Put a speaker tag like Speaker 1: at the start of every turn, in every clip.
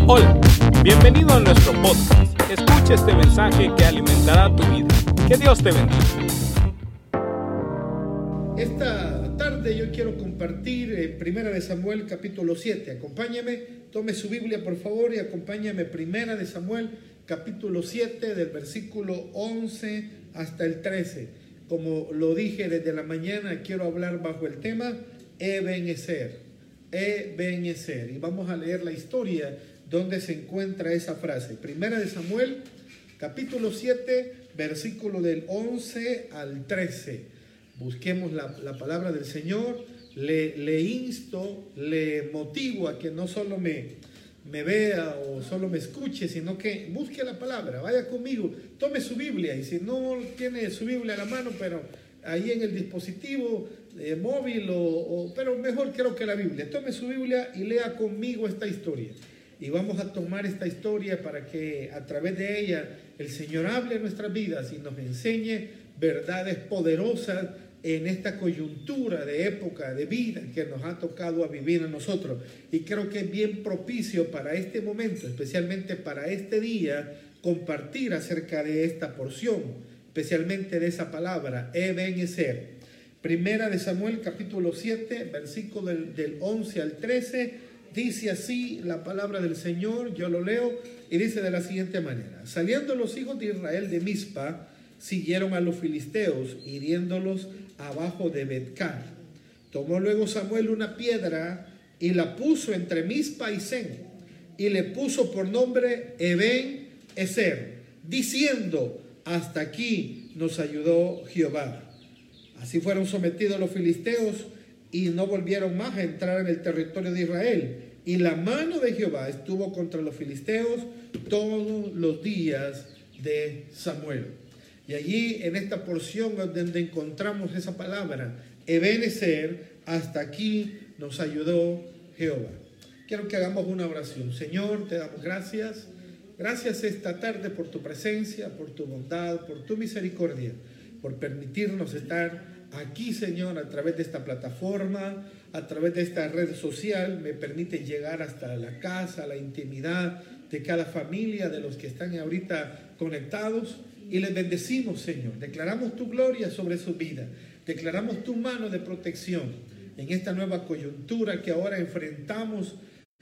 Speaker 1: Hola, bienvenido a nuestro podcast. Escucha este mensaje que alimentará tu vida. Que Dios te bendiga.
Speaker 2: Esta tarde yo quiero compartir Primera de Samuel capítulo 7. Acompáñame, tome su Biblia por favor y acompáñame. Primera de Samuel capítulo 7 del versículo 11 hasta el 13. Como lo dije desde la mañana, quiero hablar bajo el tema Ebenezer. Ebenezer. Y vamos a leer la historia donde se encuentra esa frase. Primera de Samuel capítulo 7 versículo del 11 al 13. Busquemos la palabra del Señor. Le insto, le motivo a que no solo me vea o solo me escuche, sino que busque la palabra, vaya conmigo, tome su Biblia, y si no tiene su Biblia a la mano, pero ahí en el dispositivo móvil, pero mejor creo que la Biblia, tome su Biblia y lea conmigo esta historia. Y vamos a tomar esta historia para que a través de ella el Señor hable en nuestras vidas y nos enseñe verdades poderosas en esta coyuntura de época, de vida que nos ha tocado a vivir a nosotros. Y creo que es bien propicio para este momento, especialmente para este día, compartir acerca de esta porción, especialmente de esa palabra, Ebenezer. Primera de Samuel capítulo 7, versículo del 11 al 13, dice así la palabra del Señor, yo lo leo, y dice de la siguiente manera: saliendo los hijos de Israel de Mizpa, siguieron a los filisteos, hiriéndolos abajo de Bet-car. Tomó luego Samuel una piedra y la puso entre Mizpa y Sen, y le puso por nombre Ebenezer, diciendo: hasta aquí nos ayudó Jehová. Así fueron sometidos los filisteos y no volvieron más a entrar en el territorio de Israel. Y la mano de Jehová estuvo contra los filisteos todos los días de Samuel. Y allí en esta porción donde encontramos esa palabra, Ebenezer, hasta aquí nos ayudó Jehová. Quiero que hagamos una oración. Señor, te damos gracias. Gracias esta tarde por tu presencia, por tu bondad, por tu misericordia, por permitirnos estar aquí, Señor, a través de esta plataforma, a través de esta red social. Me permite llegar hasta la casa, la intimidad de cada familia, de los que están ahorita conectados. Y les bendecimos, Señor. Declaramos tu gloria sobre su vida. Declaramos tu mano de protección en esta nueva coyuntura que ahora enfrentamos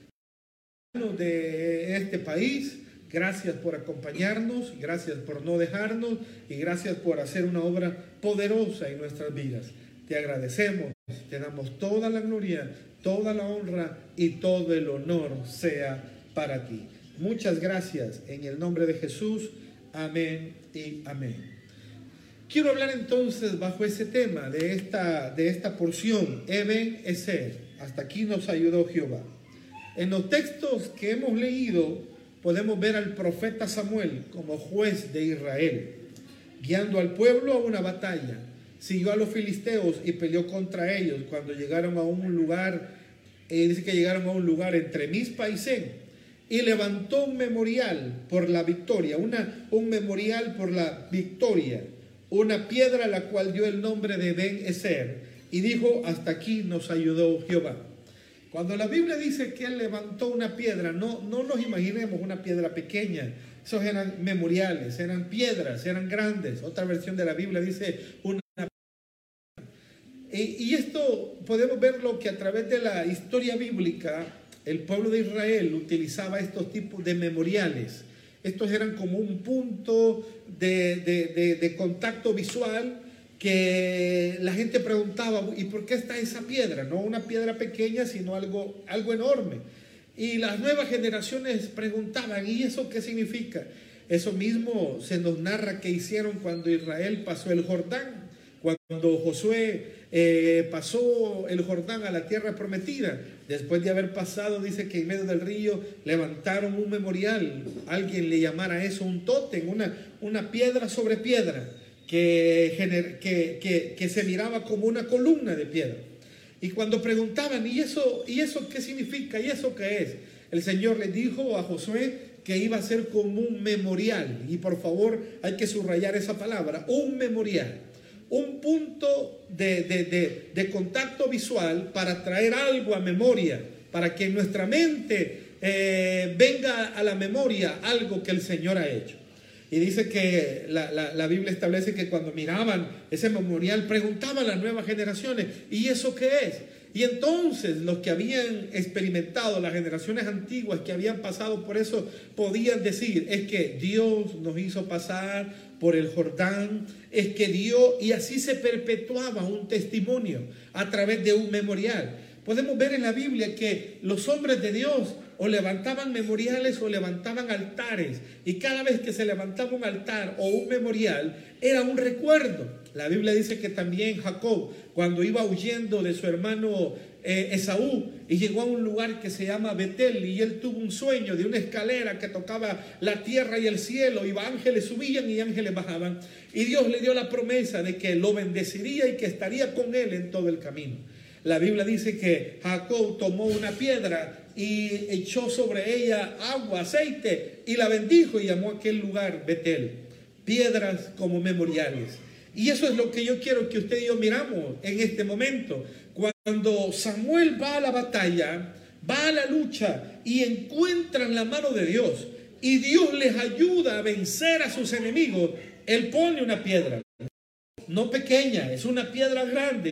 Speaker 2: de este país. Gracias por acompañarnos, gracias por no dejarnos y gracias por hacer una obra poderosa en nuestras vidas. Te agradecemos, te damos toda la gloria, toda la honra y todo el honor sea para ti. Muchas gracias en el nombre de Jesús. Amén y amén. Quiero hablar entonces bajo ese tema de esta porción, Ebenezer, hasta aquí nos ayudó Jehová. En los textos que hemos leído podemos ver al profeta Samuel como juez de Israel, guiando al pueblo a una batalla. Siguió a los filisteos y peleó contra ellos cuando llegaron a un lugar, dice que llegaron a un lugar entre Mizpa y Sen, y levantó un memorial por la victoria, un memorial por la victoria, una piedra a la cual dio el nombre de Ebenezer, y dijo: hasta aquí nos ayudó Jehová. Cuando la Biblia dice que él levantó una piedra, no nos imaginemos una piedra pequeña. Esos eran memoriales, eran piedras, eran grandes. Otra versión de la Biblia dice una piedra. Y esto podemos verlo que a través de la historia bíblica, el pueblo de Israel utilizaba estos tipos de memoriales. Estos eran como un punto de contacto visual que la gente preguntaba: ¿y por qué está esa piedra? No una piedra pequeña, sino algo enorme. Y las nuevas generaciones preguntaban: ¿y eso qué significa? Eso mismo se nos narra que hicieron cuando Israel pasó el Jordán. Cuando Josué pasó el Jordán a la tierra prometida, después de haber pasado, dice que en medio del río levantaron un memorial. Alguien le llamara eso un tótem, una piedra sobre piedra, que se miraba como una columna de piedra. Y cuando preguntaban: ¿y eso qué significa? ¿Y eso qué es? El Señor les dijo a Josué que iba a ser como un memorial. Y por favor hay que subrayar esa palabra, un memorial. Un punto de contacto visual para traer algo a memoria, para que en nuestra mente venga a la memoria algo que el Señor ha hecho. Y dice que la Biblia establece que cuando miraban ese memorial preguntaban a las nuevas generaciones, ¿y eso qué es? Y entonces los que habían experimentado, las generaciones antiguas que habían pasado por eso, podían decir, es que Dios nos hizo pasar por el Jordán, es que Dios, y así se perpetuaba un testimonio a través de un memorial. Podemos ver en la Biblia que los hombres de Dios o levantaban memoriales o levantaban altares, y cada vez que se levantaba un altar o un memorial era un recuerdo. La Biblia dice que también Jacob, cuando iba huyendo de su hermano Esaú y llegó a un lugar que se llama Betel, y él tuvo un sueño de una escalera que tocaba la tierra y el cielo, y ángeles subían y ángeles bajaban, y Dios le dio la promesa de que lo bendeciría y que estaría con él en todo el camino. La Biblia dice que Jacob tomó una piedra y echó sobre ella agua, aceite, y la bendijo y llamó a aquel lugar Betel. Piedras como memoriales. Y eso es lo que yo quiero que usted y yo miramos en este momento. Cuando Samuel va a la batalla, va a la lucha y encuentran la mano de Dios, y Dios les ayuda a vencer a sus enemigos, él pone una piedra, no pequeña, es una piedra grande.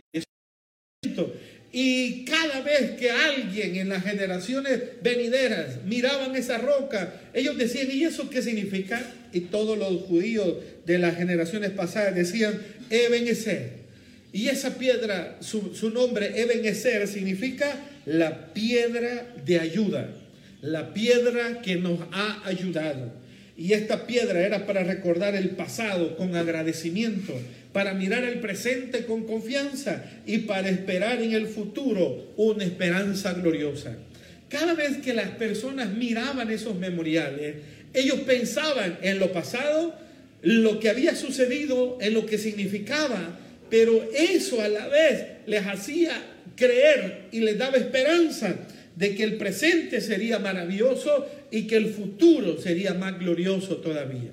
Speaker 2: Y cada vez que alguien en las generaciones venideras miraban esa roca, ellos decían, ¿y eso qué significa? Y todos los judíos de las generaciones pasadas decían, Eben Ezer. Y esa piedra, su nombre, Eben Ezer, significa la piedra de ayuda, la piedra que nos ha ayudado. Y esta piedra era para recordar el pasado con agradecimiento, para mirar el presente con confianza y para esperar en el futuro una esperanza gloriosa. Cada vez que las personas miraban esos memoriales, ellos pensaban en lo pasado, lo que había sucedido, en lo que significaba, pero eso a la vez les hacía creer y les daba esperanza de que el presente sería maravilloso y que el futuro sería más glorioso todavía.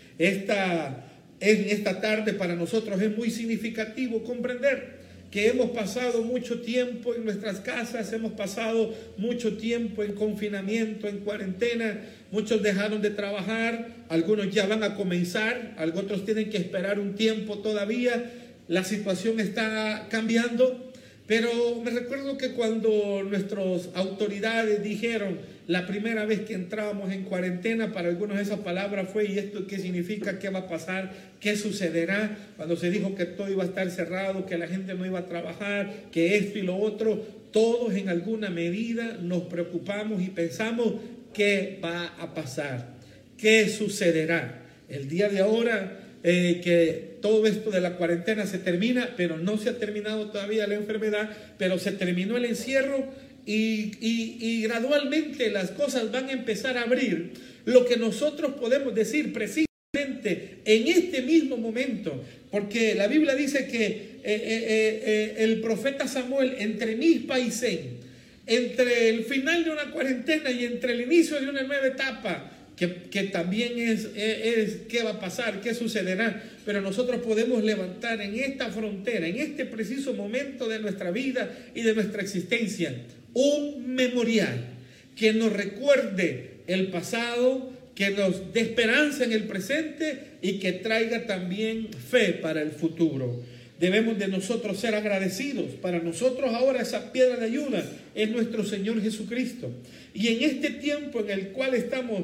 Speaker 2: En esta tarde para nosotros es muy significativo comprender que hemos pasado mucho tiempo en nuestras casas, hemos pasado mucho tiempo en confinamiento, en cuarentena. Muchos dejaron de trabajar, algunos ya van a comenzar, otros tienen que esperar un tiempo todavía. La situación está cambiando. Pero me recuerdo que cuando nuestras autoridades dijeron la primera vez que entrábamos en cuarentena, para algunos esa palabra fue, ¿y esto qué significa? ¿Qué va a pasar? ¿Qué sucederá? Cuando se dijo que todo iba a estar cerrado, que la gente no iba a trabajar, que esto y lo otro, todos en alguna medida nos preocupamos y pensamos, ¿qué va a pasar? ¿Qué sucederá? El día de ahora, que todo esto de la cuarentena se termina, pero no se ha terminado todavía la enfermedad, pero se terminó el encierro y gradualmente las cosas van a empezar a abrir. Lo que nosotros podemos decir precisamente en este mismo momento, porque la Biblia dice que el profeta Samuel, entre Mizpa y Sen, entre el final de una cuarentena y entre el inicio de una nueva etapa, que también es qué va a pasar, qué sucederá, pero nosotros podemos levantar en esta frontera, en este preciso momento de nuestra vida y de nuestra existencia, un memorial que nos recuerde el pasado, que nos dé esperanza en el presente y que traiga también fe para el futuro. Debemos de nosotros ser agradecidos. Para nosotros ahora esa piedra de ayuda es nuestro Señor Jesucristo. Y en este tiempo en el cual estamos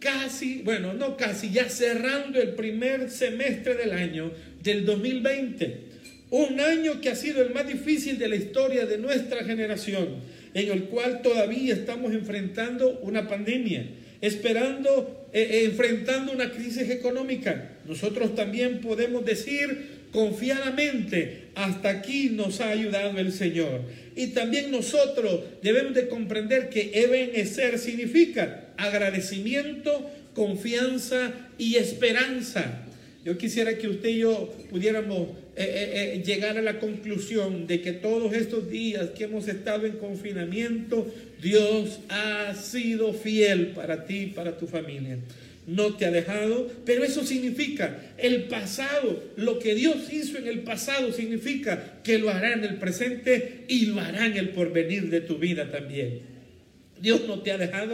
Speaker 2: ya cerrando el primer semestre del año del 2020, un año que ha sido el más difícil de la historia de nuestra generación, en el cual todavía estamos enfrentando una pandemia, enfrentando una crisis económica. Nosotros también podemos decir confiadamente, hasta aquí nos ha ayudado el Señor. Y también nosotros debemos de comprender que Eben Ezer significa agradecimiento, confianza y esperanza. Yo quisiera que usted y yo pudiéramos llegar a la conclusión de que todos estos días que hemos estado en confinamiento, Dios ha sido fiel para ti y para tu familia. No te ha dejado, pero eso significa el pasado, lo que Dios hizo en el pasado significa que lo hará en el presente y lo hará en el porvenir de tu vida también. Dios no te ha dejado.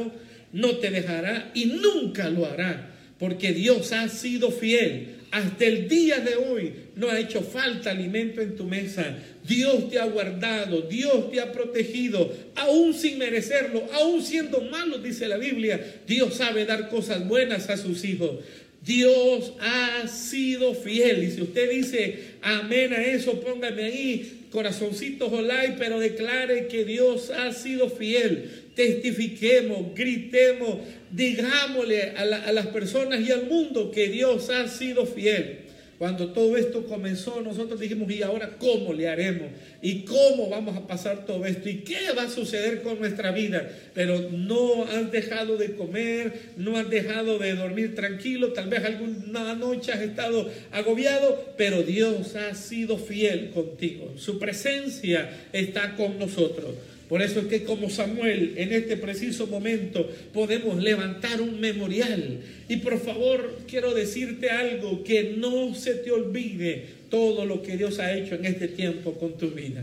Speaker 2: no te dejará y nunca lo hará, porque Dios ha sido fiel. Hasta el día de hoy no ha hecho falta alimento en tu mesa. Dios te ha guardado, Dios te ha protegido, aún sin merecerlo, aún siendo malo, dice la Biblia. Dios sabe dar cosas buenas a sus hijos. Dios ha sido fiel. Y si usted dice amén a eso, póngame ahí corazoncitos o like, pero declare que Dios ha sido fiel. Testifiquemos, gritemos, digámosle a las personas y al mundo que Dios ha sido fiel. Cuando todo esto comenzó, nosotros dijimos, ¿y ahora cómo le haremos? ¿Y cómo vamos a pasar todo esto? ¿Y qué va a suceder con nuestra vida? Pero no has dejado de comer, no has dejado de dormir tranquilo, tal vez alguna noche has estado agobiado, pero Dios ha sido fiel contigo. Su presencia está con nosotros. Por eso es que como Samuel, en este preciso momento, podemos levantar un memorial. Y por favor, quiero decirte algo, que no se te olvide todo lo que Dios ha hecho en este tiempo con tu vida.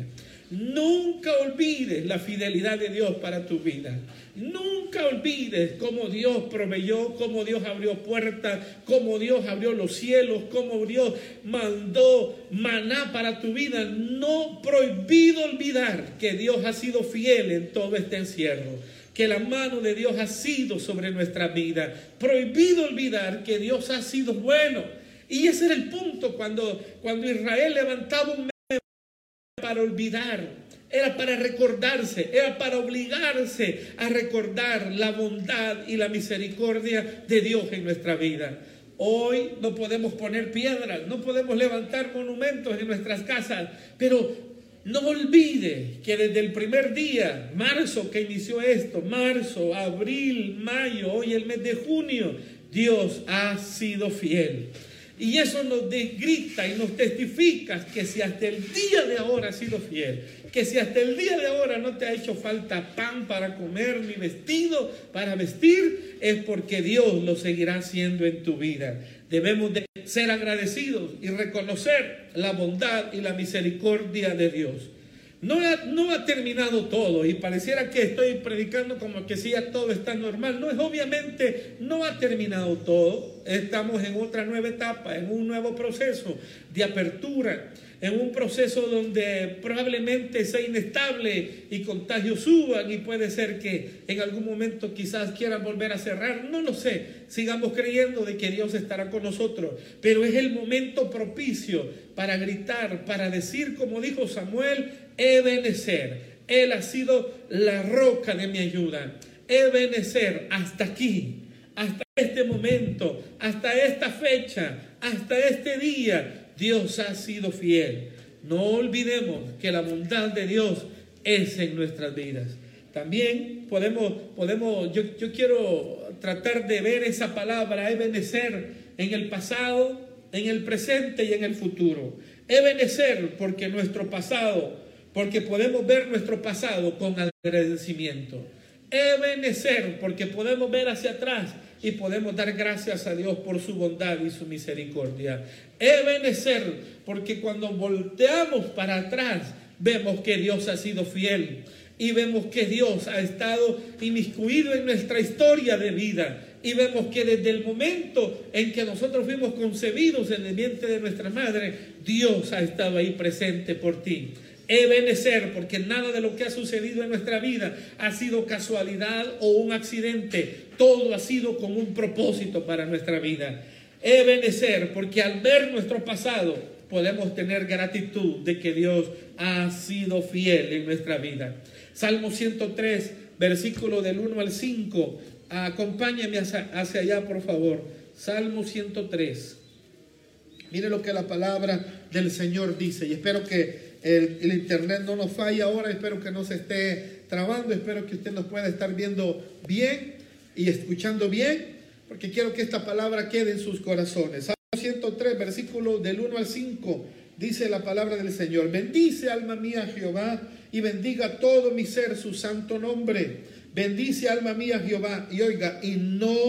Speaker 2: Nunca olvides la fidelidad de Dios para tu vida. Nunca olvides cómo Dios proveyó, cómo Dios abrió puertas, cómo Dios abrió los cielos, cómo Dios mandó maná para tu vida. No prohibido olvidar que Dios ha sido fiel en todo este encierro, que la mano de Dios ha sido sobre nuestra vida. Prohibido olvidar que Dios ha sido bueno. Y ese era el punto cuando Israel levantaba un para olvidar, era para recordarse, era para obligarse a recordar la bondad y la misericordia de Dios en nuestra vida. Hoy no podemos poner piedras, no podemos levantar monumentos en nuestras casas, pero no olvide que desde el primer día, marzo que inició esto, marzo, abril, mayo, hoy el mes de junio, Dios ha sido fiel. Y eso nos grita y nos testifica que si hasta el día de ahora has sido fiel, que si hasta el día de ahora no te ha hecho falta pan para comer ni vestido para vestir, es porque Dios lo seguirá haciendo en tu vida. Debemos de ser agradecidos y reconocer la bondad y la misericordia de Dios. No ha terminado todo y pareciera que estoy predicando como que sí, ya todo está normal. No, obviamente no ha terminado todo. Estamos en otra nueva etapa, en un nuevo proceso de apertura, en un proceso donde probablemente sea inestable y contagios suban y puede ser que en algún momento quizás quieran volver a cerrar. No lo sé. Sigamos creyendo de que Dios estará con nosotros, pero es el momento propicio para gritar, para decir como dijo Samuel: Ebenezer, Él ha sido la roca de mi ayuda. Ebenezer, hasta aquí, hasta este momento, hasta esta fecha, hasta este día, Dios ha sido fiel. No olvidemos que la bondad de Dios es en nuestras vidas. También yo quiero tratar de ver esa palabra Ebenezer en el pasado, en el presente y en el futuro. Ebenezer porque nuestro pasado, porque podemos ver nuestro pasado con agradecimiento. Ebenezer porque podemos ver hacia atrás y podemos dar gracias a Dios por su bondad y su misericordia. Ebenezer porque cuando volteamos para atrás vemos que Dios ha sido fiel y vemos que Dios ha estado inmiscuido en nuestra historia de vida y vemos que desde el momento en que nosotros fuimos concebidos en el vientre de nuestra madre, Dios ha estado ahí presente por ti. Ebenezer porque nada de lo que ha sucedido en nuestra vida ha sido casualidad o un accidente. Todo ha sido con un propósito para nuestra vida. Ebenezer porque al ver nuestro pasado podemos tener gratitud de que Dios ha sido fiel en nuestra vida. Salmo 103, versículo del 1 al 5. Acompáñame hacia allá, por favor. Salmo 103. Mire lo que la palabra del Señor dice. Y espero que el internet no nos falle ahora. Espero que no se esté trabando. Espero que usted nos pueda estar viendo bien y escuchando bien, porque quiero que esta palabra quede en sus corazones. Salmo 103, versículo del 1 al 5. Dice la palabra del Señor: bendice alma mía Jehová, y bendiga todo mi ser su santo nombre. Bendice alma mía Jehová, y oiga, y no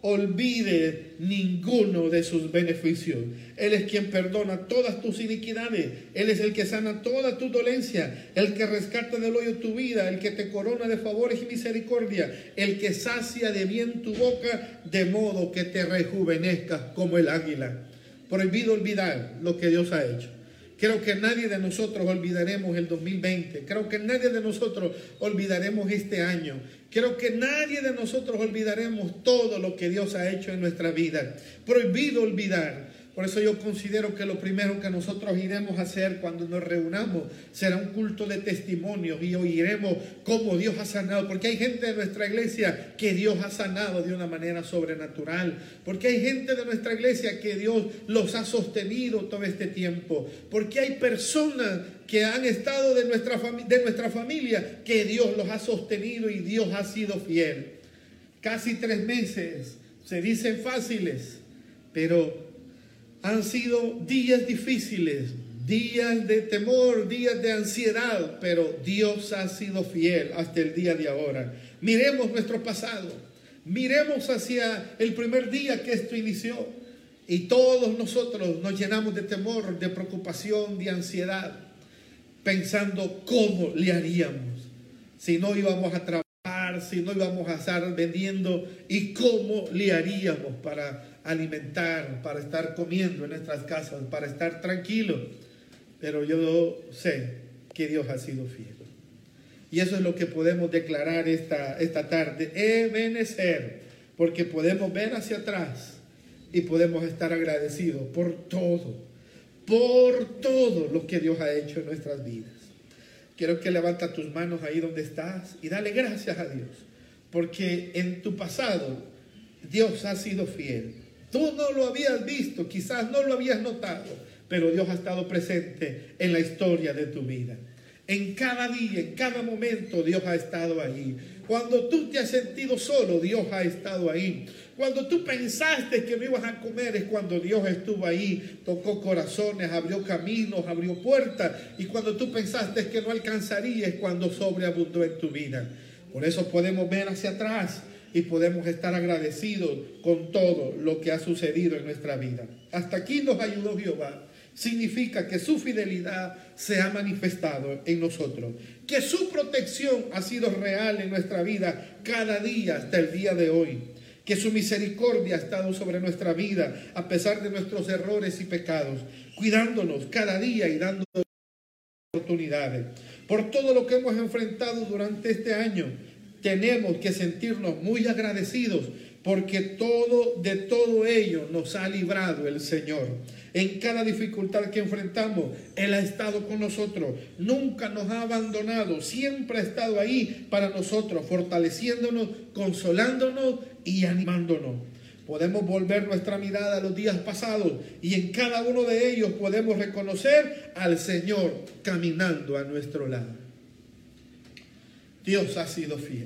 Speaker 2: olvide ninguno de sus beneficios. Él es quien perdona todas tus iniquidades. Él es el que sana toda tu dolencia, el que rescata del hoyo tu vida, el que te corona de favores y misericordia, el que sacia de bien tu boca, de modo que te rejuvenezcas como el águila. Prohibido olvidar lo que Dios ha hecho. Creo que nadie de nosotros olvidaremos el 2020. Creo que nadie de nosotros olvidaremos este año. Creo que nadie de nosotros olvidaremos todo lo que Dios ha hecho en nuestra vida. Prohibido olvidar. Por eso yo considero que lo primero que nosotros iremos a hacer cuando nos reunamos será un culto de testimonios y oiremos cómo Dios ha sanado. Porque hay gente de nuestra iglesia que Dios ha sanado de una manera sobrenatural. Porque hay gente de nuestra iglesia que Dios los ha sostenido todo este tiempo. Porque hay personas que han estado de nuestra familia que Dios los ha sostenido y Dios ha sido fiel. Casi 3 meses se dicen fáciles, pero han sido días difíciles, días de temor, días de ansiedad, pero Dios ha sido fiel hasta el día de ahora. Miremos nuestro pasado, miremos hacia el primer día que esto inició y todos nosotros nos llenamos de temor, de preocupación, de ansiedad, pensando cómo le haríamos si no íbamos a trabajar, si no íbamos a estar vendiendo y cómo le haríamos para alimentar, para estar comiendo en nuestras casas, para estar tranquilos. Pero yo sé que Dios ha sido fiel. Y eso es lo que podemos declarar esta tarde. Ebenecer, porque podemos ver hacia atrás y podemos estar agradecidos por todo lo que Dios ha hecho en nuestras vidas. Quiero que levanta tus manos ahí donde estás y dale gracias a Dios, porque en tu pasado Dios ha sido fiel. Tú no lo habías visto, quizás no lo habías notado, pero Dios ha estado presente en la historia de tu vida. En cada día, en cada momento, Dios ha estado ahí. Cuando tú te has sentido solo, Dios ha estado ahí. Cuando tú pensaste que no ibas a comer, es cuando Dios estuvo ahí, tocó corazones, abrió caminos, abrió puertas. Y cuando tú pensaste que no alcanzarías, es cuando sobreabundó en tu vida. Por eso podemos ver hacia atrás y podemos estar agradecidos con todo lo que ha sucedido en nuestra vida. Hasta aquí nos ayudó Jehová. Significa que su fidelidad se ha manifestado en nosotros, que su protección ha sido real en nuestra vida cada día hasta el día de hoy, que su misericordia ha estado sobre nuestra vida a pesar de nuestros errores y pecados, cuidándonos cada día y dándonos oportunidades. Por todo lo que hemos enfrentado durante este año, tenemos que sentirnos muy agradecidos, porque de todo ello nos ha librado el Señor. En cada dificultad que enfrentamos, Él ha estado con nosotros. Nunca nos ha abandonado. Siempre ha estado ahí para nosotros, fortaleciéndonos, consolándonos y animándonos. Podemos volver nuestra mirada a los días pasados y en cada uno de ellos podemos reconocer al Señor caminando a nuestro lado. Dios ha sido fiel.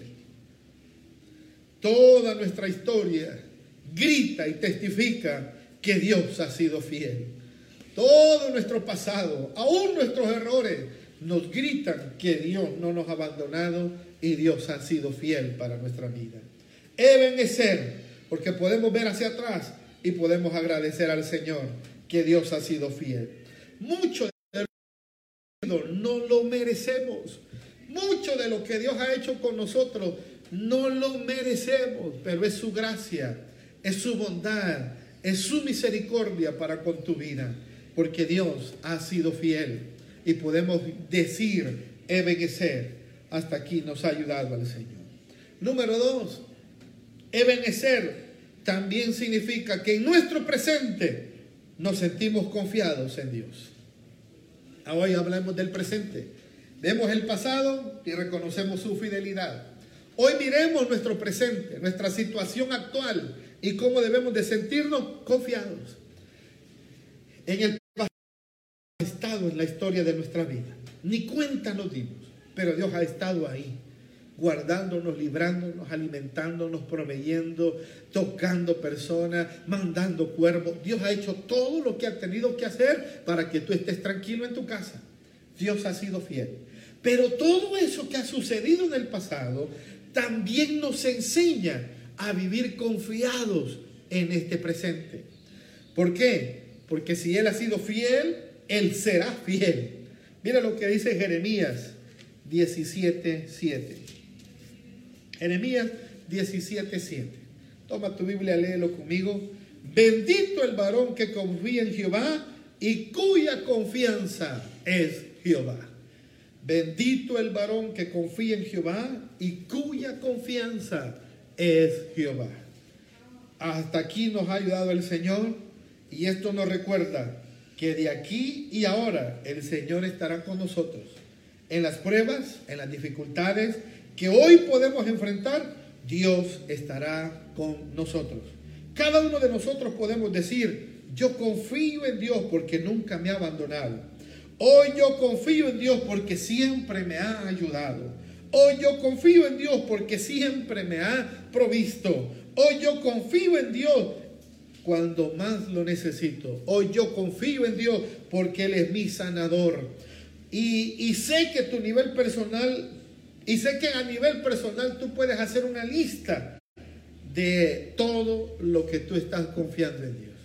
Speaker 2: Toda nuestra historia grita y testifica que Dios ha sido fiel. Todo nuestro pasado, aún nuestros errores, nos gritan que Dios no nos ha abandonado y Dios ha sido fiel para nuestra vida. Ebenecer, porque podemos ver hacia atrás y podemos agradecer al Señor que Dios ha sido fiel. Mucho de lo que no lo merecemos. Mucho de lo que Dios ha hecho con nosotros no lo merecemos, pero es su gracia, es su bondad, es su misericordia para con tu vida, porque Dios ha sido fiel y podemos decir, Ebenecer, hasta aquí nos ha ayudado el Señor. Número 2, Ebenecer también significa que en nuestro presente nos sentimos confiados en Dios. Hoy hablamos del presente. Vemos el pasado y reconocemos su fidelidad. Hoy miremos nuestro presente, nuestra situación actual y cómo debemos de sentirnos confiados. En el pasado ha estado en la historia de nuestra vida. Ni cuenta nos dimos, pero Dios ha estado ahí, guardándonos, librándonos, alimentándonos, proveyendo, tocando personas, mandando cuervos. Dios ha hecho todo lo que ha tenido que hacer para que tú estés tranquilo en tu casa. Dios ha sido fiel. Pero todo eso que ha sucedido en el pasado también nos enseña a vivir confiados en este presente. ¿Por qué? Porque si Él ha sido fiel, Él será fiel. Mira lo que dice Jeremías 17:7. Jeremías 17:7. Toma tu Biblia, léelo conmigo. Bendito el varón que confía en Jehová y cuya confianza es Jehová. Bendito el varón que confía en Jehová y cuya confianza es Jehová. Hasta aquí nos ha ayudado el Señor, y esto nos recuerda que de aquí y ahora el Señor estará con nosotros en las pruebas, en las dificultades que hoy podemos enfrentar. Dios estará con nosotros. Cada uno de nosotros podemos decir: yo confío en Dios porque nunca me ha abandonado. Hoy yo confío en Dios porque siempre me ha ayudado. Hoy yo confío en Dios porque siempre me ha provisto. Hoy yo confío en Dios cuando más lo necesito. Hoy yo confío en Dios porque Él es mi sanador. Y sé que tu nivel personal, y sé que a nivel personal tú puedes hacer una lista de todo lo que tú estás confiando en Dios.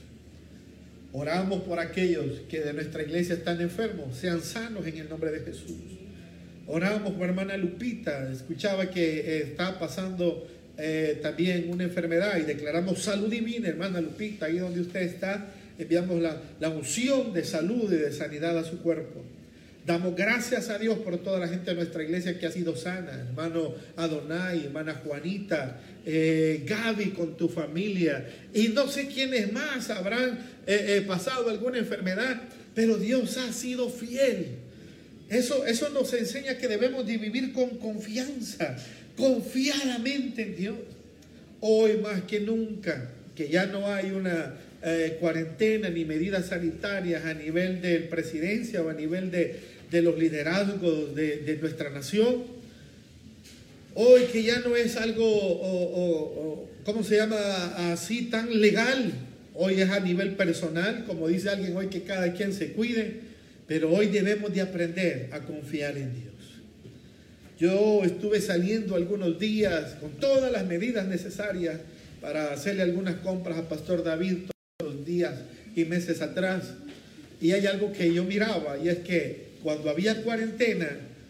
Speaker 2: Oramos por aquellos que de nuestra iglesia están enfermos, sean sanos en el nombre de Jesús. Oramos por hermana Lupita, escuchaba que está pasando también una enfermedad, y declaramos salud divina, hermana Lupita, ahí donde usted está, enviamos la unción de salud y de sanidad a su cuerpo. Damos gracias a Dios por toda la gente de nuestra iglesia que ha sido sana, hermano Adonai, hermana Juanita, Gaby con tu familia, y no sé quiénes más habrán pasado alguna enfermedad, pero Dios ha sido fiel. Eso nos enseña que debemos de vivir con confianza, confiadamente en Dios. Hoy más que nunca, que ya no hay una cuarentena ni medidas sanitarias a nivel de presidencia o a nivel de los liderazgos de nuestra nación. Hoy que ya no es algo, ¿cómo se llama? Así tan legal. Hoy es a nivel personal, como dice alguien hoy, que cada quien se cuide. Pero hoy debemos de aprender a confiar en Dios. Yo estuve saliendo algunos días con todas las medidas necesarias para hacerle algunas compras a Pastor David todos los días y meses atrás. Y hay algo que yo miraba, y es que cuando había cuarentena,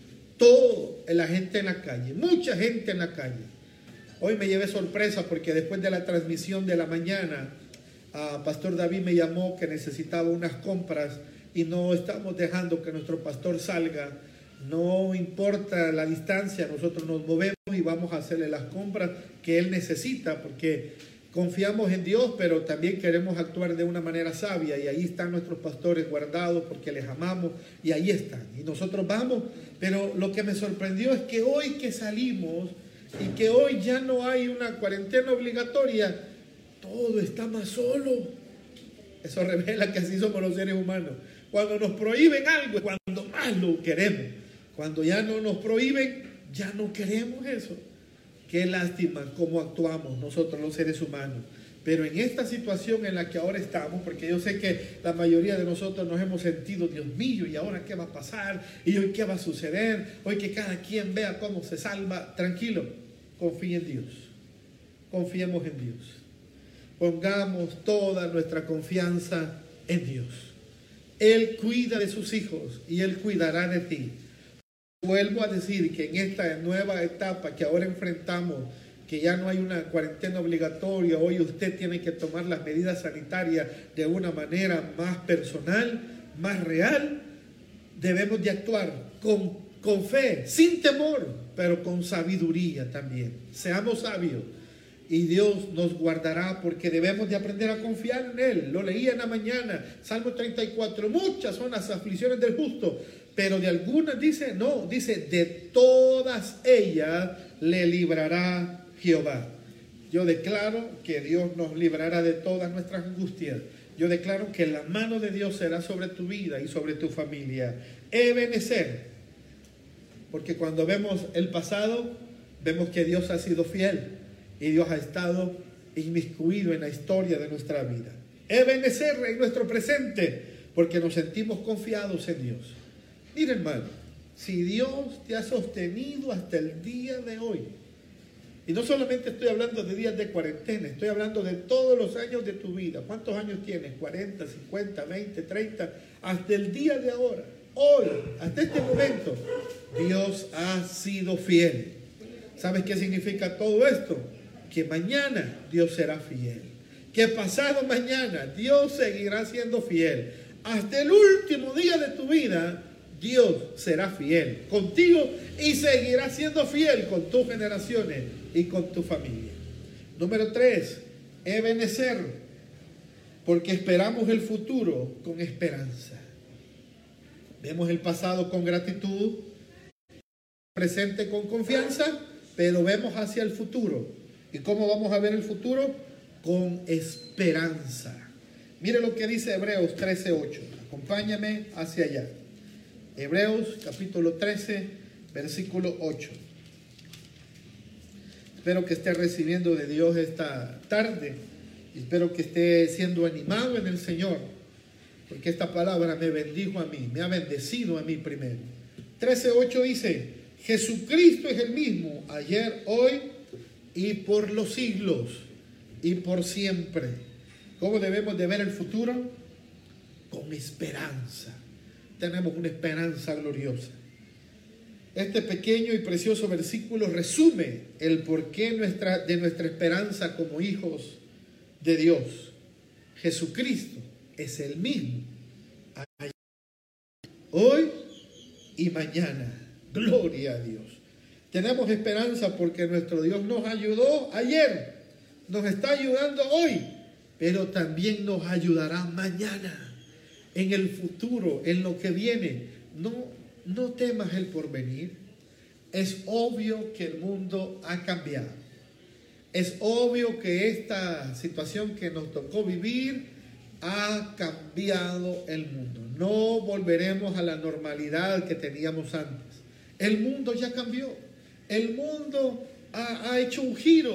Speaker 2: toda la gente en la calle, mucha gente en la calle. Hoy me llevé sorpresa porque después de la transmisión de la mañana, Pastor David me llamó que necesitaba unas compras, y no estamos dejando que nuestro pastor salga. No importa la distancia, nosotros nos movemos y vamos a hacerle las compras que él necesita, porque confiamos en Dios, pero también queremos actuar de una manera sabia, y ahí están nuestros pastores guardados porque les amamos, y ahí están, y nosotros vamos. Pero lo que me sorprendió es que hoy que salimos y que hoy ya no hay una cuarentena obligatoria, todo está más solo. Eso revela que así somos los seres humanos. Cuando nos prohíben algo es cuando más lo queremos. Cuando ya no nos prohíben, ya no queremos eso. Qué lástima cómo actuamos nosotros los seres humanos. Pero en esta situación en la que ahora estamos, porque yo sé que la mayoría de nosotros nos hemos sentido: Dios mío, ¿y ahora qué va a pasar? ¿Y hoy qué va a suceder? Hoy que cada quien vea cómo se salva. Tranquilo, confíe en Dios. Confiemos en Dios. Pongamos toda nuestra confianza en Dios. Él cuida de sus hijos y Él cuidará de ti. Vuelvo a decir que en esta nueva etapa que ahora enfrentamos, que ya no hay una cuarentena obligatoria, hoy usted tiene que tomar las medidas sanitarias de una manera más personal, más real. Debemos de actuar con fe, sin temor, pero con sabiduría también. Seamos sabios. Y Dios nos guardará, porque debemos de aprender a confiar en Él. Lo leía en la mañana, Salmo 34. Muchas son las aflicciones del justo, pero de algunas dice, no, dice, de todas ellas le librará Jehová. Yo declaro que Dios nos librará de todas nuestras angustias. Yo declaro que la mano de Dios será sobre tu vida y sobre tu familia. Ebenecer. Porque cuando vemos el pasado, vemos que Dios ha sido fiel. Y Dios ha estado inmiscuido en la historia de nuestra vida. Ebenecer en nuestro presente, porque nos sentimos confiados en Dios. Mira, hermano, si Dios te ha sostenido hasta el día de hoy, Y no solamente estoy hablando de días de cuarentena, estoy hablando de todos los años de tu vida. ¿Cuántos años tienes? 40, 50, 20, 30, hasta el día de ahora. Hoy, hasta este momento, Dios ha sido fiel. ¿Sabes qué significa todo esto? Que mañana Dios será fiel. Que pasado mañana Dios seguirá siendo fiel. Hasta el último día de tu vida, Dios será fiel contigo y seguirá siendo fiel con tus generaciones y con tu familia. Número 3, ebenecer, porque esperamos el futuro con esperanza. Vemos el pasado con gratitud, presente con confianza, pero vemos hacia el futuro. ¿Y cómo vamos a ver el futuro? Con esperanza. Mire lo que dice Hebreos 13:8. Acompáñame hacia allá. Hebreos capítulo 13, versículo 8. Espero que esté recibiendo de Dios esta tarde. Y espero que esté siendo animado en el Señor. Porque esta palabra me bendijo a mí, me ha bendecido a mí primero. 13:8 dice: Jesucristo es el mismo ayer, hoy y por los siglos y por siempre. ¿Cómo debemos de ver el futuro? Con esperanza. Tenemos una esperanza gloriosa. Este pequeño y precioso versículo resume el porqué de nuestra esperanza como hijos de Dios. Jesucristo es el mismo ayer, hoy y mañana. Gloria a Dios. Tenemos esperanza porque nuestro Dios nos ayudó ayer, nos está ayudando hoy, pero también nos ayudará mañana, en el futuro, en lo que viene. No temas el porvenir. Es obvio que el mundo ha cambiado. Es obvio que esta situación que nos tocó vivir ha cambiado el mundo. No volveremos a la normalidad que teníamos antes. El mundo ya cambió. El mundo ha hecho un giro.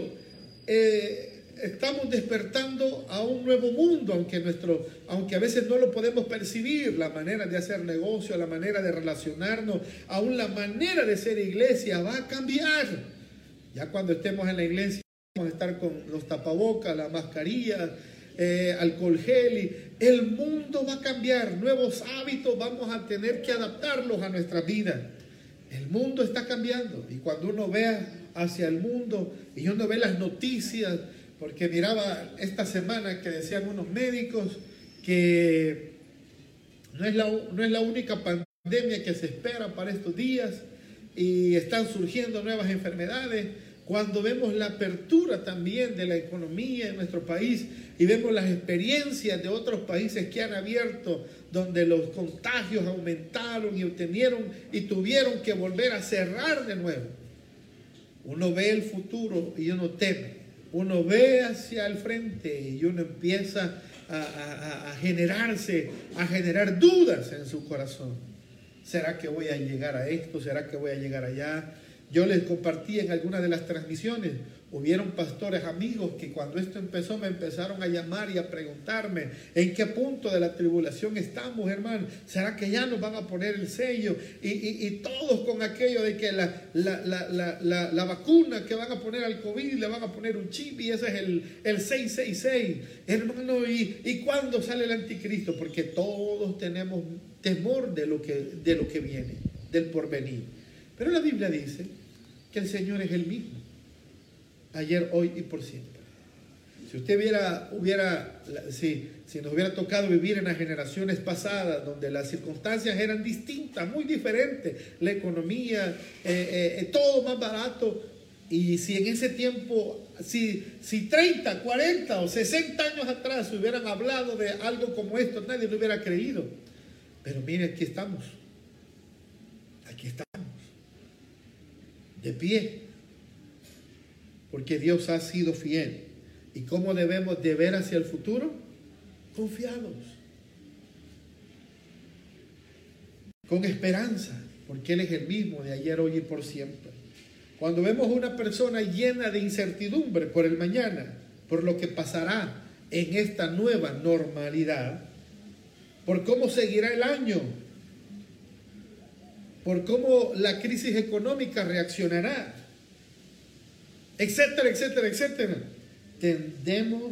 Speaker 2: Estamos despertando a un nuevo mundo, aunque a veces no lo podemos percibir. La manera de hacer negocio, la manera de relacionarnos, aún la manera de ser iglesia va a cambiar. Ya cuando estemos en la iglesia vamos a estar con los tapabocas, la mascarilla, alcohol gel. Y el mundo va a cambiar. Nuevos hábitos vamos a tener que adaptarlos a nuestra vida. El mundo está cambiando, y cuando uno vea hacia el mundo y uno ve las noticias, porque miraba esta semana que decían unos médicos que no es la única pandemia que se espera para estos días y están surgiendo nuevas enfermedades. Cuando vemos la apertura también de la economía en nuestro país y vemos las experiencias de otros países que han abierto, donde los contagios aumentaron y tuvieron que volver a cerrar de nuevo, uno ve el futuro y uno teme. Uno ve hacia el frente y uno empieza a generar dudas en su corazón. ¿Será que voy a llegar a esto? ¿Será que voy a llegar allá? Yo les compartí en alguna de las transmisiones, hubieron pastores amigos que cuando esto empezó me empezaron a llamar y a preguntarme: ¿en qué punto de la tribulación estamos, hermano? ¿Será que ya nos van a poner el sello? Y todos con aquello de que la vacuna que van a poner al COVID, le van a poner un chip, y ese es el 666. Hermano, ¿y cuándo sale el anticristo? Porque todos tenemos temor de lo que viene, del porvenir. Pero la Biblia dice que el Señor es el mismo, ayer, hoy y por siempre. Si usted si nos hubiera tocado vivir en las generaciones pasadas, donde las circunstancias eran distintas, muy diferentes, la economía, todo más barato, y si en ese tiempo, si 30, 40 o 60 años atrás se hubieran hablado de algo como esto, nadie lo hubiera creído. Pero mire, aquí estamos, de pie, porque Dios ha sido fiel. ¿Y cómo debemos de ver hacia el futuro? Confiados, con esperanza, porque Él es el mismo de ayer, hoy y por siempre. Cuando vemos una persona llena de incertidumbre por el mañana, por lo que pasará en esta nueva normalidad, por cómo seguirá el año, por cómo la crisis económica reaccionará, etcétera, etcétera, etcétera, tendemos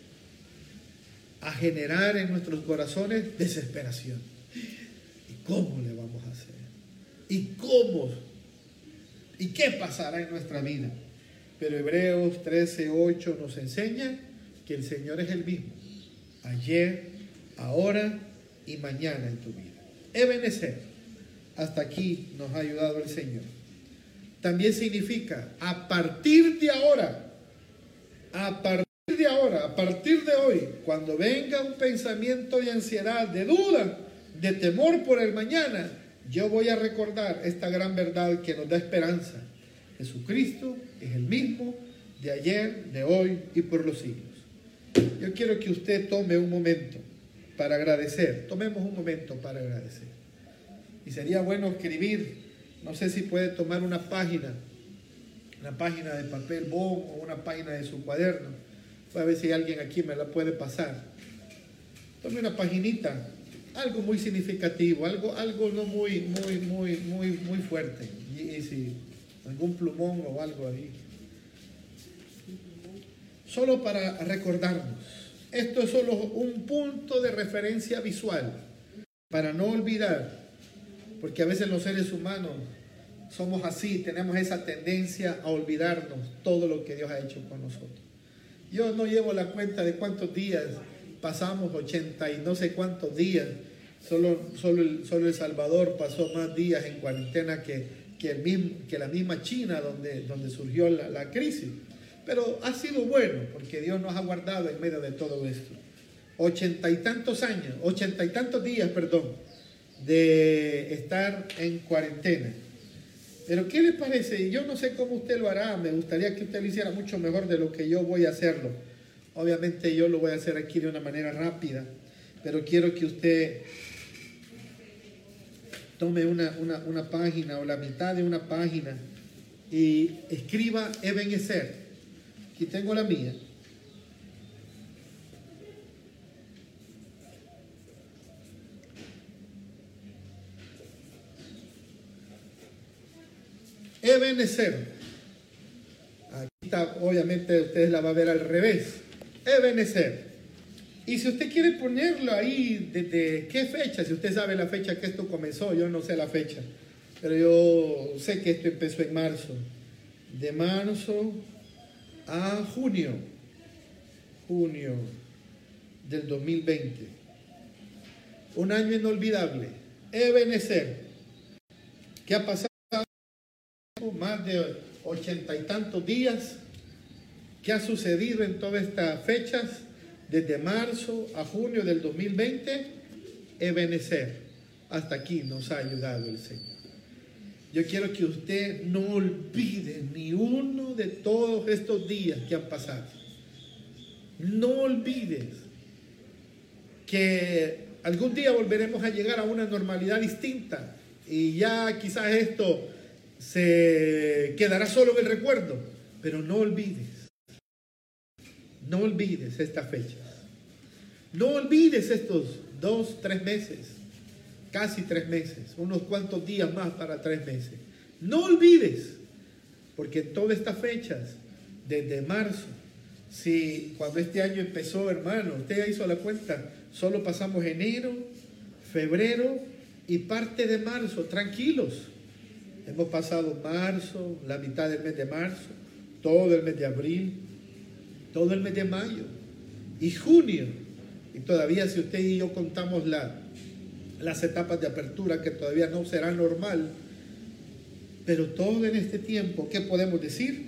Speaker 2: a generar en nuestros corazones desesperación. ¿Y cómo le vamos a hacer? ¿Y cómo? ¿Y qué pasará en nuestra vida? Pero Hebreos 13:8 nos enseña que el Señor es el mismo, ayer, ahora y mañana en tu vida. Ebenecer, hasta aquí nos ha ayudado el Señor. También significa a partir de ahora, a partir de hoy, cuando venga un pensamiento de ansiedad, de duda, de temor por el mañana, yo voy a recordar esta gran verdad que nos da esperanza. Jesucristo es el mismo de ayer, de hoy y por los siglos. Yo quiero que usted tome un momento para agradecer. Tomemos un momento para agradecer. Y sería bueno escribir, no sé si puede tomar una página de papel bond o una página de su cuaderno. Voy a ver si alguien aquí me la puede pasar. Tome una paginita, algo muy significativo, algo no muy fuerte. Y si algún plumón o algo ahí. Solo para recordarnos. Esto es solo un punto de referencia visual para no olvidar, porque a veces los seres humanos somos así, tenemos esa tendencia a olvidarnos todo lo que Dios ha hecho con nosotros. Yo no llevo la cuenta de cuántos días pasamos, 80 y no sé cuántos días. Solo El Salvador pasó más días en cuarentena que la misma China donde surgió la crisis. Pero ha sido bueno porque Dios nos ha guardado en medio de todo esto. 80 y tantos días, de estar en cuarentena. Pero ¿qué le parece? Yo no sé cómo usted lo hará. Me gustaría que usted lo hiciera mucho mejor de lo que yo voy a hacerlo. Obviamente yo lo voy a hacer aquí de una manera rápida, pero quiero que usted tome una página o la mitad de una página y escriba Ebenecer. Aquí tengo la mía. Ebenecer. Aquí está, obviamente ustedes la van a ver al revés. Ebenecer. Y si usted quiere ponerlo ahí, ¿desde qué fecha? Si usted sabe la fecha que esto comenzó, yo no sé la fecha, pero yo sé que esto empezó en marzo. De marzo a junio del 2020. Un año inolvidable. Ebenecer. ¿Qué ha pasado? Más de 80 y tantos días. ¿Qué ha sucedido en todas estas fechas? Desde marzo a junio del 2020, Ebenecer. Hasta aquí nos ha ayudado el Señor. Yo quiero que usted no olvide ni uno de todos estos días que han pasado. No olvides que algún día volveremos a llegar a una normalidad distinta y ya quizás esto se quedará solo en el recuerdo, pero no olvides estas fechas. No olvides estos 2, 3 meses, casi 3 meses, unos cuantos días más para 3 meses. No olvides, porque en todas estas fechas, desde marzo, si cuando este año empezó, hermano, usted ya hizo la cuenta, solo pasamos enero, febrero y parte de marzo, tranquilos. Hemos pasado marzo, la mitad del mes de marzo, todo el mes de abril, todo el mes de mayo y junio. Y todavía si usted y yo contamos las etapas de apertura, que todavía no será normal, pero todo en este tiempo, ¿qué podemos decir?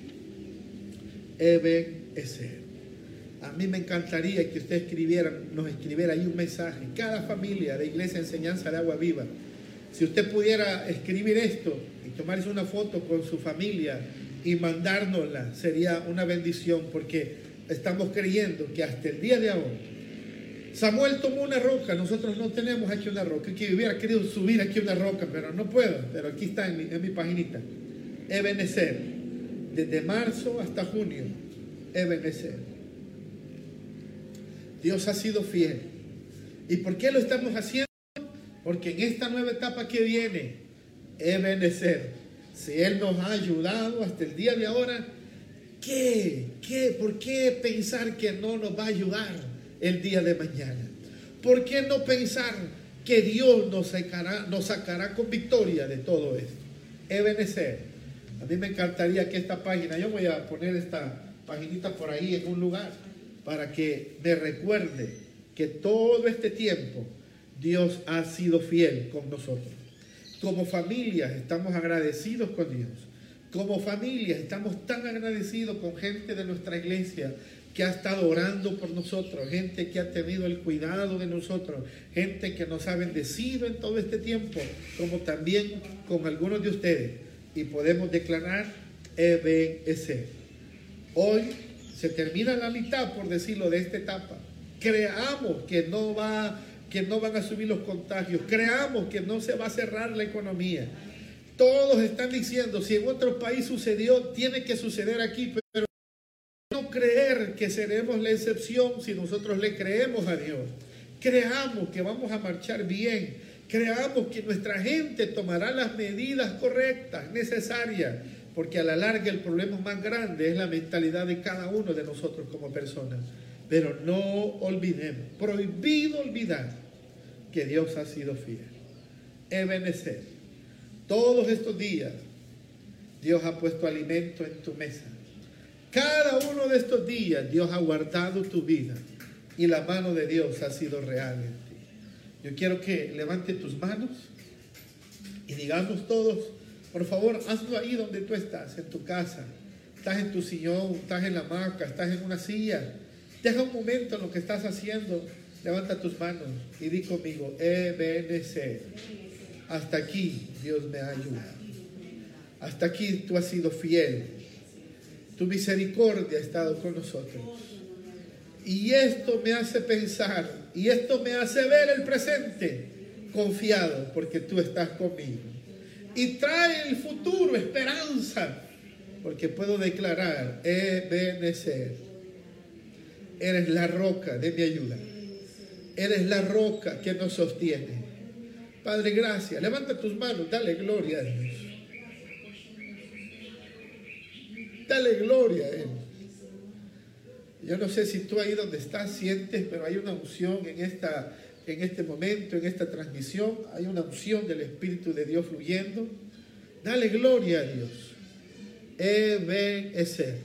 Speaker 2: Ebenecer. A mí me encantaría que usted nos escribiera ahí un mensaje. Cada familia de Iglesia Enseñanza de Agua Viva, si usted pudiera escribir esto y tomarse una foto con su familia y mandárnosla, sería una bendición, porque estamos creyendo que hasta el día de ahora, Samuel tomó una roca, nosotros no tenemos aquí una roca, que hubiera querido subir aquí una roca, pero no puedo, pero aquí está en mi paginita. Ebenecer, desde marzo hasta junio, Ebenecer. Dios ha sido fiel. ¿Y por qué lo estamos haciendo? Porque en esta nueva etapa que viene, Ebenecer, si Él nos ha ayudado hasta el día de ahora, ¿Por qué pensar que no nos va a ayudar el día de mañana? ¿Por qué no pensar que Dios nos sacará con victoria de todo esto? Ebenezer. A mí me encantaría que esta página, yo voy a poner esta paginita por ahí en un lugar para que me recuerde que todo este tiempo Dios ha sido fiel con nosotros. Como familia estamos agradecidos con Dios. Como familia estamos tan agradecidos con gente de nuestra iglesia que ha estado orando por nosotros, gente que ha tenido el cuidado de nosotros, gente que nos ha bendecido en todo este tiempo, como también con algunos de ustedes. Y podemos declarar Ebenezer. Hoy se termina la mitad, por decirlo, de esta etapa. Creamos que no van a subir los contagios. Creamos que no se va a cerrar la economía. Todos están diciendo, si en otro país sucedió, tiene que suceder aquí, pero no creer que seremos la excepción si nosotros le creemos a Dios. Creamos que vamos a marchar bien. Creamos que nuestra gente tomará las medidas correctas, necesarias, porque a la larga el problema más grande es la mentalidad de cada uno de nosotros como personas. Pero no olvidemos, prohibido olvidar que Dios ha sido fiel. Ebenezer. Todos estos días Dios ha puesto alimento en tu mesa. Cada uno de estos días Dios ha guardado tu vida y la mano de Dios ha sido real en ti. Yo quiero que levante tus manos y digamos todos, por favor, hazlo ahí donde tú estás, en tu casa. Estás en tu sillón, estás en la hamaca, estás en una silla. Deja un momento en lo que estás haciendo. Levanta tus manos y di conmigo, Ebenezer. Hasta aquí Dios me ha ayudado. Hasta aquí tú has sido fiel. Tu misericordia ha estado con nosotros. Y esto me hace pensar, y esto me hace ver el presente confiado, porque tú estás conmigo. Y trae el futuro esperanza, porque puedo declarar, Ebenezer, eres la roca de mi ayuda. Eres la roca que nos sostiene. Padre, gracias. Levanta tus manos, dale gloria a Dios. Dale gloria a Él. Yo no sé si tú ahí donde estás sientes, pero hay una unción en este momento, en esta transmisión. Hay una unción del Espíritu de Dios fluyendo. Dale gloria a Dios. Ebenezer.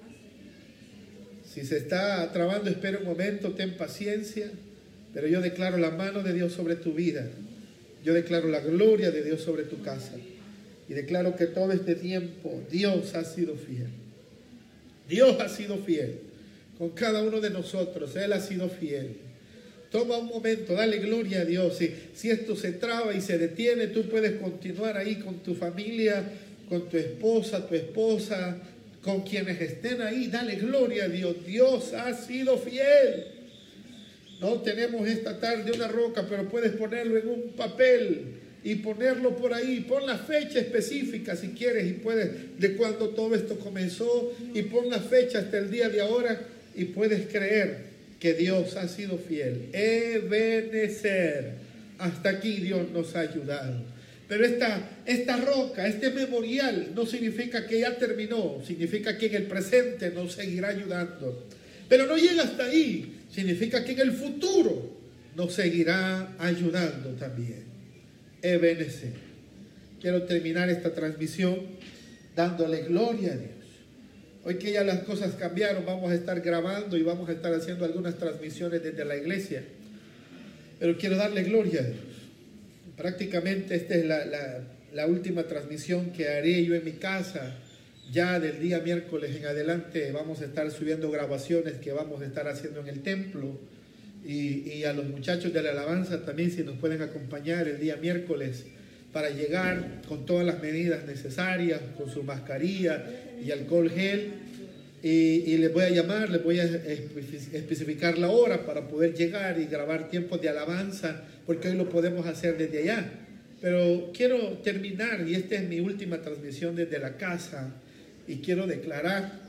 Speaker 2: Si se está trabando, espera un momento, ten paciencia. Pero yo declaro la mano de Dios sobre tu vida. Yo declaro la gloria de Dios sobre tu casa. Y declaro que todo este tiempo Dios ha sido fiel. Dios ha sido fiel con cada uno de nosotros. Él ha sido fiel. Toma un momento, dale gloria a Dios. Si esto se traba y se detiene, tú puedes continuar ahí con tu familia, con tu esposa, con quienes estén ahí. Dale gloria a Dios. Dios ha sido fiel. No tenemos esta tarde una roca, pero puedes ponerlo en un papel y ponerlo por ahí. Pon la fecha específica si quieres y puedes, de cuando todo esto comenzó, y pon la fecha hasta el día de ahora y puedes creer que Dios ha sido fiel. Ebenezer. Hasta aquí Dios nos ha ayudado. Pero esta roca, este memorial, no significa que ya terminó, significa que en el presente nos seguirá ayudando. Pero no llega hasta ahí. Significa que en el futuro nos seguirá ayudando también. Ebenezer. Quiero terminar esta transmisión dándole gloria a Dios. Hoy que ya las cosas cambiaron, vamos a estar grabando y vamos a estar haciendo algunas transmisiones desde la iglesia. Pero quiero darle gloria a Dios. Prácticamente esta es la última transmisión que haré yo en mi casa. Ya del día miércoles en adelante vamos a estar subiendo grabaciones que vamos a estar haciendo en el templo. Y a los muchachos de la alabanza también, si nos pueden acompañar el día miércoles para llegar con todas las medidas necesarias, con su mascarilla y alcohol gel. Y les voy a llamar, les voy a especificar la hora para poder llegar y grabar tiempos de alabanza, porque hoy lo podemos hacer desde allá. Pero quiero terminar, y esta es mi última transmisión desde la casa, y quiero declarar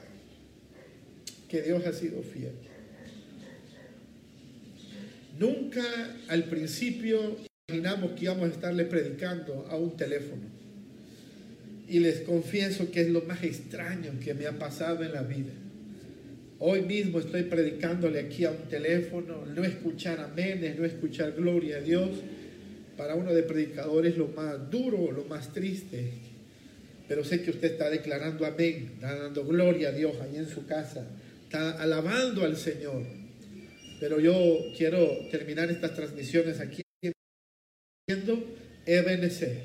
Speaker 2: que Dios ha sido fiel. Nunca al principio imaginamos que íbamos a estarle predicando a un teléfono. y les confieso que es lo más extraño que me ha pasado en la vida. Hoy mismo estoy predicándole aquí a un teléfono, no escuchar aménes, no escuchar gloria a Dios. Para uno de predicadores lo más duro, lo más triste. Pero sé que usted está declarando amén, está dando gloria a Dios ahí en su casa, está alabando al Señor. Pero yo quiero terminar estas transmisiones aquí viendo Ebenezer.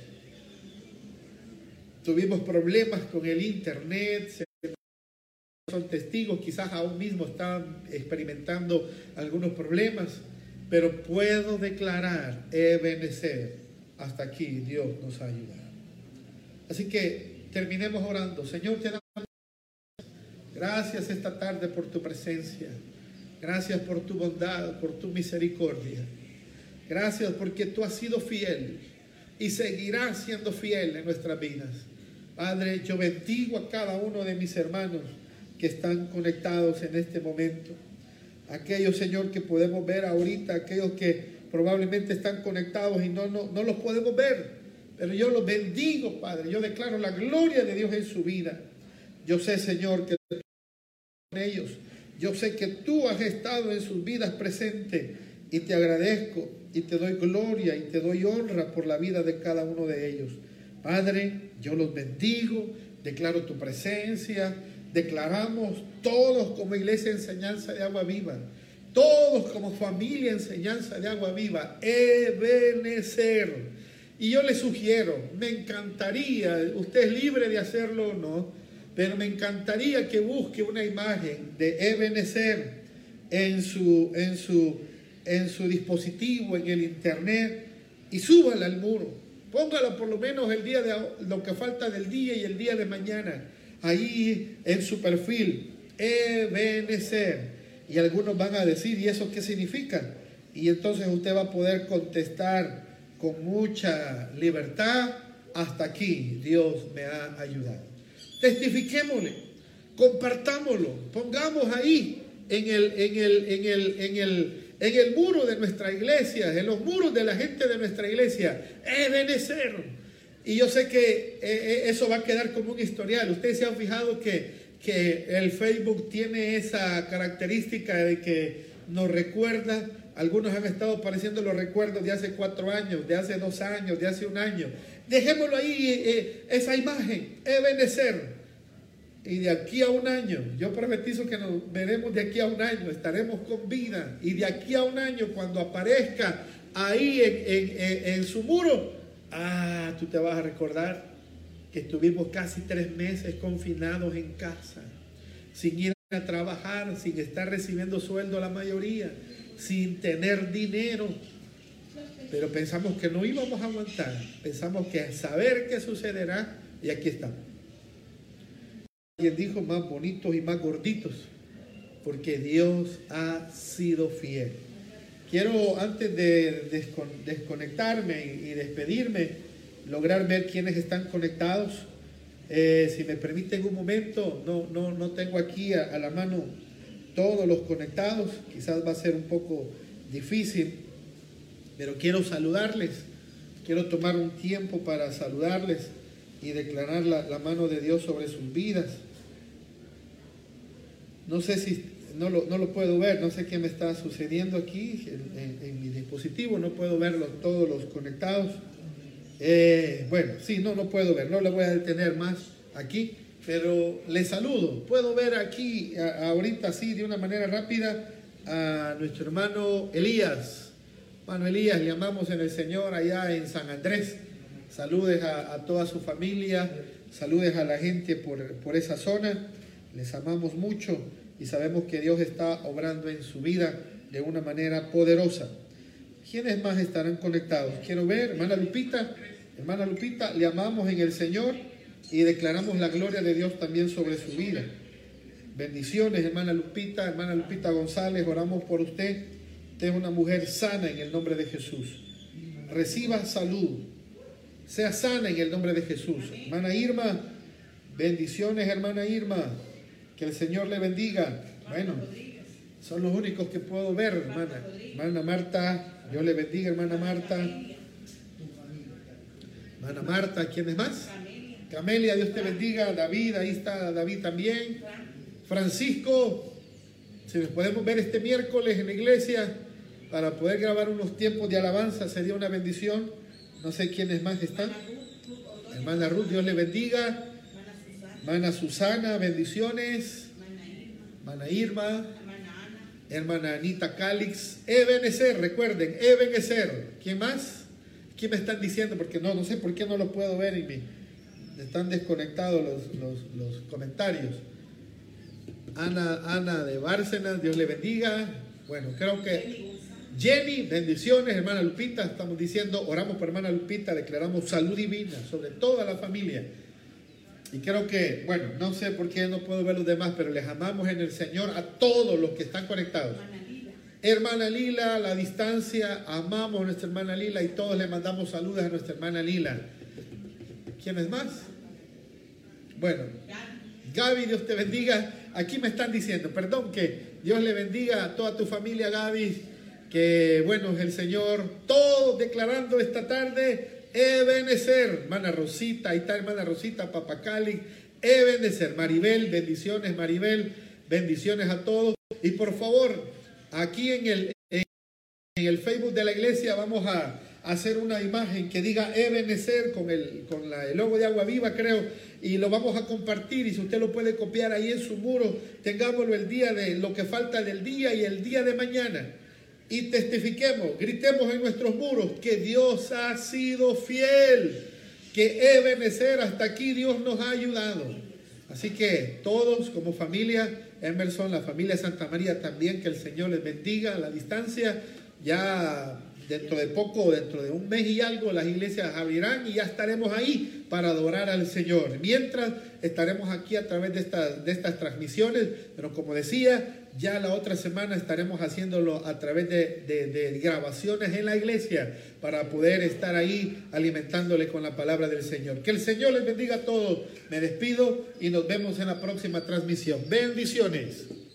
Speaker 2: Tuvimos problemas con el internet, son testigos, quizás aún mismo están experimentando algunos problemas, pero puedo declarar Ebenezer, hasta aquí Dios nos ha ayudado. Así que terminemos orando. Señor, te damos gracias esta tarde por tu presencia. Gracias por tu bondad, por tu misericordia. Gracias porque tú has sido fiel y seguirás siendo fiel en nuestras vidas. Padre, yo bendigo a cada uno de mis hermanos que están conectados en este momento. Aquellos, Señor, que podemos ver ahorita, aquellos que probablemente están conectados y no los podemos ver. Pero yo los bendigo, Padre. Yo declaro la gloria de Dios en su vida. Yo sé, Señor, que tú estás con ellos. Yo sé que tú has estado en sus vidas presente y te agradezco y te doy gloria y te doy honra por la vida de cada uno de ellos. Padre, yo los bendigo, declaro tu presencia, declaramos todos como iglesia Enseñanza de Agua Viva, todos como familia Enseñanza de Agua Viva, Ebenezer. Y yo le sugiero, me encantaría, usted es libre de hacerlo o no, pero me encantaría que busque una imagen de Ebenezer en su dispositivo, en el internet, y súbala al muro. Póngala por lo menos el día de lo que falta del día y el día de mañana, ahí en su perfil, Ebenezer. Y algunos van a decir, ¿y eso qué significa? Y entonces usted va a poder contestar con mucha libertad, hasta aquí Dios me ha ayudado. Testifiquémosle, compartámoslo, pongamos ahí en el muro de nuestra iglesia, en los muros de la gente de nuestra iglesia, Ebenezer. Y yo sé que eso va a quedar como un historial. Ustedes se han fijado que el Facebook tiene esa característica de que nos recuerda. Algunos han estado apareciendo los recuerdos de hace 4 años, de hace 2 años, de hace 1 año. Dejémoslo ahí, esa imagen, Ebenezer. Y de aquí a 1 año, yo profetizo que nos veremos de aquí a 1 año, estaremos con vida. Y de aquí a 1 año, cuando aparezca ahí en su muro, tú te vas a recordar que estuvimos casi 3 meses confinados en casa, sin ir a trabajar, sin estar recibiendo sueldo la mayoría, sin tener dinero. Pero pensamos que no íbamos a aguantar, pensamos que a saber qué sucederá, y aquí estamos. Alguien dijo más bonitos y más gorditos, porque Dios ha sido fiel. Quiero, antes de desconectarme y despedirme, lograr ver quiénes están conectados. Si me permiten un momento, no tengo aquí a la mano todos los conectados, quizás va a ser un poco difícil, pero quiero saludarles, quiero tomar un tiempo para saludarles y declarar la mano de Dios sobre sus vidas. No sé si, no lo puedo ver, no sé qué me está sucediendo aquí en mi dispositivo, no puedo verlos todos los conectados. Bueno, sí, no puedo ver, no le voy a detener más aquí, pero les saludo. Puedo ver aquí ahorita sí de una manera rápida a nuestro hermano Elías. Hermano Elías, le amamos en el Señor allá en San Andrés. Saludes a toda su familia, saludes a la gente por esa zona. Les amamos mucho y sabemos que Dios está obrando en su vida de una manera poderosa. ¿Quiénes más estarán conectados? Quiero ver, hermana Lupita, le amamos en el Señor y declaramos la gloria de Dios también sobre su vida. Bendiciones, hermana Lupita González, oramos por usted. Usted es una mujer sana en el nombre de Jesús. Reciba salud, sea sana en el nombre de Jesús. Hermana Irma, bendiciones, hermana Irma, que el Señor le bendiga. Bueno, son los únicos que puedo ver, hermana. Hermana Marta, Dios le bendiga, hermana Marta. Hermana Marta, ¿quién es más? Camelia, Dios te bendiga. David, ahí está David también. Francisco, si nos podemos ver este miércoles en la iglesia para poder grabar unos tiempos de alabanza, sería una bendición. No sé quiénes más están. Hermana Ruth, Dios le bendiga. Hermana Susana, bendiciones. Hermana Irma. Hermana Anita Calix. Ebenezer, recuerden, Ebenezer. ¿Quién más? ¿Quién me están diciendo? Porque no sé por qué no lo puedo ver y están desconectados los comentarios. Ana de Bárcenas, Dios le bendiga. Bueno, creo que Jenny, bendiciones. Hermana Lupita, estamos diciendo, oramos por hermana Lupita, declaramos salud divina sobre toda la familia. Y creo que, bueno, no sé por qué no puedo ver los demás, pero les amamos en el Señor a todos los que están conectados. Hermana Lila, a la distancia, amamos a nuestra hermana Lila y todos le mandamos saludos a nuestra hermana Lila. ¿Quiénes más? Bueno, Gaby, Dios te bendiga. Aquí me están diciendo, perdón, que Dios le bendiga a toda tu familia, Gaby. Que bueno es el Señor. Todos declarando esta tarde, Ebenezer. Hermana Rosita, ahí está hermana Rosita, Papá Cali. Ebenezer, Maribel, bendiciones Maribel. Bendiciones a todos. Y por favor, aquí en el Facebook de la iglesia vamos a hacer una imagen que diga Ebenezer con el logo de Agua Viva, creo, y lo vamos a compartir. Y si usted lo puede copiar ahí en su muro, tengámoslo el día de lo que falta del día y el día de mañana. Y testifiquemos, gritemos en nuestros muros que Dios ha sido fiel, que Ebenezer hasta aquí Dios nos ha ayudado. Así que todos como familia Emerson, la familia Santa María también, que el Señor les bendiga a la distancia. Ya dentro de poco, dentro de un mes y algo, las iglesias abrirán y ya estaremos ahí para adorar al Señor. Mientras estaremos aquí a través de estas transmisiones, pero como decía, ya la otra semana estaremos haciéndolo a través de grabaciones en la iglesia para poder estar ahí alimentándole con la palabra del Señor. Que el Señor les bendiga a todos. Me despido y nos vemos en la próxima transmisión. Bendiciones.